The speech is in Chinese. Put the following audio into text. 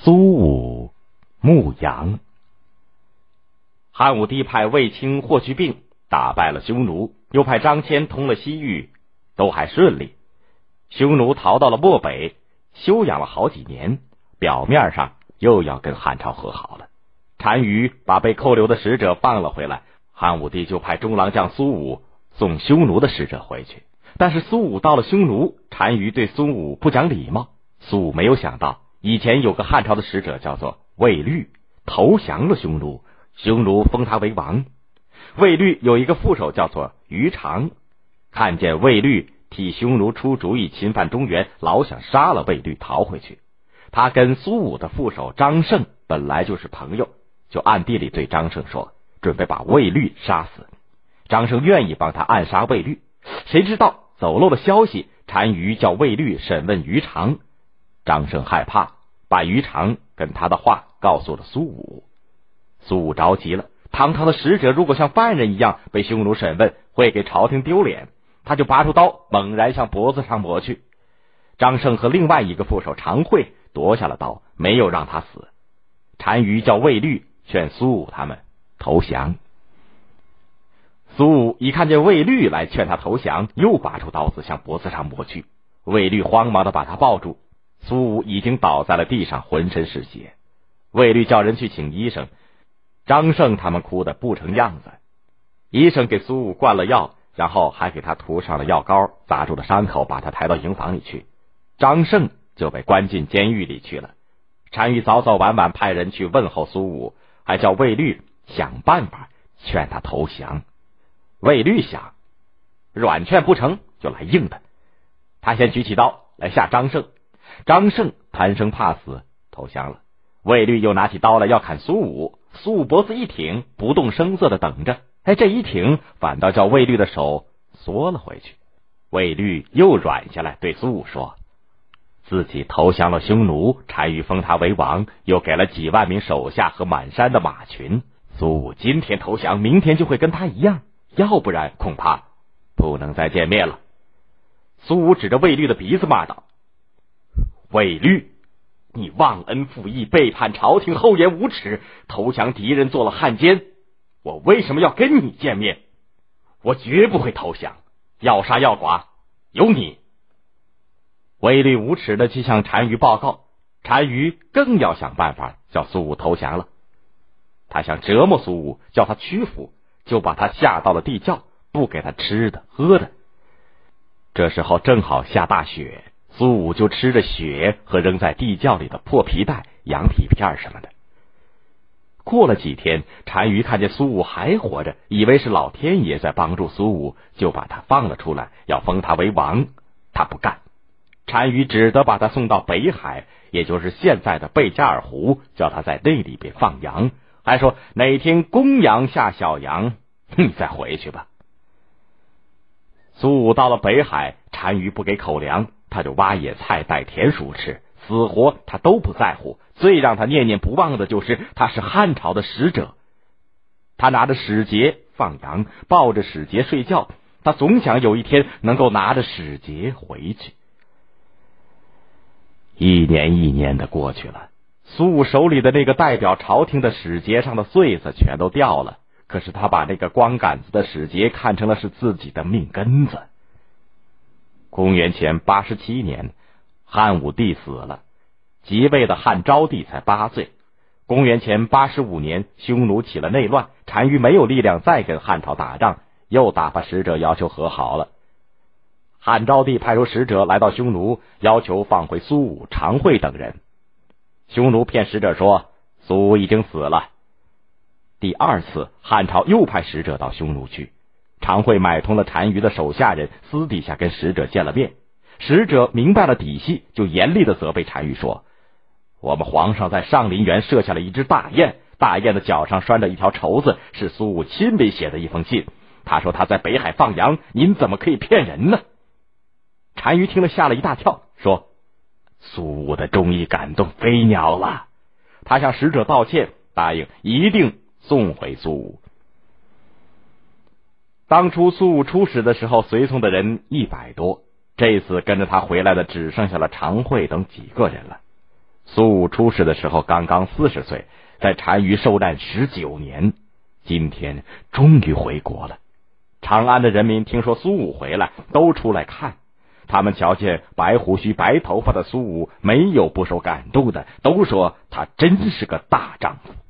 苏武牧羊。汉武帝派卫青、霍去病打败了匈奴，又派张骞通了西域，都还顺利。匈奴逃到了漠北，休养了好几年，表面上又要跟汉朝和好了。单于把被扣留的使者放了回来，汉武帝就派中郎将苏武送匈奴的使者回去。但是苏武到了匈奴，单于对苏武不讲礼貌。苏武没有想到，以前有个汉朝的使者叫做卫律，投降了匈奴，匈奴封他为王。卫律有一个副手叫做于长，看见卫律替匈奴出主意侵犯中原，老想杀了卫律逃回去。他跟苏武的副手张胜本来就是朋友，就暗地里对张胜说，准备把卫律杀死。张胜愿意帮他暗杀卫律，谁知道走漏了消息，单于叫卫律审问于长。张胜害怕，把于长跟他的话告诉了苏武。苏武着急了，堂堂的使者如果像犯人一样被匈奴审问，会给朝廷丢脸，他就拔出刀猛然向脖子上抹去。张胜和另外一个副手常惠夺下了刀，没有让他死。单于叫卫律劝苏武他们投降。苏武一看见卫律来劝他投降，又拔出刀子向脖子上抹去。卫律慌忙的把他抱住，苏武已经倒在了地上，浑身是血。卫律叫人去请医生，张胜他们哭得不成样子。医生给苏武灌了药，然后还给他涂上了药膏，扎住了伤口，把他抬到营房里去。张胜就被关进监狱里去了。单于早早晚晚派人去问候苏武，还叫卫律想办法劝他投降。卫律想，软劝不成就来硬的。他先举起刀来吓张胜，张胜贪生怕死投降了。卫律又拿起刀来要砍苏武，苏武脖子一挺，不动声色的等着。这一挺反倒叫卫律的手缩了回去。卫律又软下来，对苏武说，自己投降了匈奴，单于封他为王，又给了几万名手下和满山的马群。苏武今天投降，明天就会跟他一样，要不然恐怕不能再见面了。苏武指着卫律的鼻子骂道，卫律，你忘恩负义，背叛朝廷，厚颜无耻，投降敌人，做了汉奸，我为什么要跟你见面？我绝不会投降，要杀要剐由你。卫律无耻的去向单于报告，单于更要想办法叫苏武投降了。他想折磨苏武，叫他屈服，就把他下到了地窖，不给他吃的喝的。这时候正好下大雪，苏武就吃着雪和扔在地窖里的破皮带、羊皮片什么的。过了几天，单于看见苏武还活着，以为是老天爷在帮助苏武，就把他放了出来，要封他为王。他不干，单于只得把他送到北海，也就是现在的贝加尔湖，叫他在那里边放羊，还说哪天公羊下小羊，你再回去吧。苏武到了北海，单于不给口粮，他就挖野菜带田鼠吃，死活他都不在乎。最让他念念不忘的就是他是汉朝的使者，他拿着使节放羊，抱着使节睡觉，他总想有一天能够拿着使节回去。一年一年的过去了，苏武手里的那个代表朝廷的使节上的穗子全都掉了，可是他把那个光杆子的使节看成了是自己的命根子。公元前87年，汉武帝死了，即位的汉昭帝才8岁。公元前85年，匈奴起了内乱，单于没有力量再跟汉朝打仗，又打发使者要求和好了。汉昭帝派出使者来到匈奴，要求放回苏武、常惠等人。匈奴骗使者说苏武已经死了。第二次，汉朝又派使者到匈奴去，常惠买通了单于的手下人，私底下跟使者见了面。使者明白了底细，就严厉的责备单于说，我们皇上在上林园设下了一只大雁，大雁的脚上拴着一条绸子，是苏武亲笔写的一封信。他说他在北海放羊，您怎么可以骗人呢？单于听了吓了一大跳，说苏武的忠义感动飞鸟了。他向使者道歉，答应一定送回苏武。当初苏武出使的时候，随从的人100多，这次跟着他回来的只剩下了常惠等几个人了。 苏武出事的时候刚刚40岁，在单于受难19年，今天终于回国了。长安的人民听说苏武回来，都出来看。他们瞧见白胡须白头发的苏武，没有不受感动的，都说他真是个大丈夫。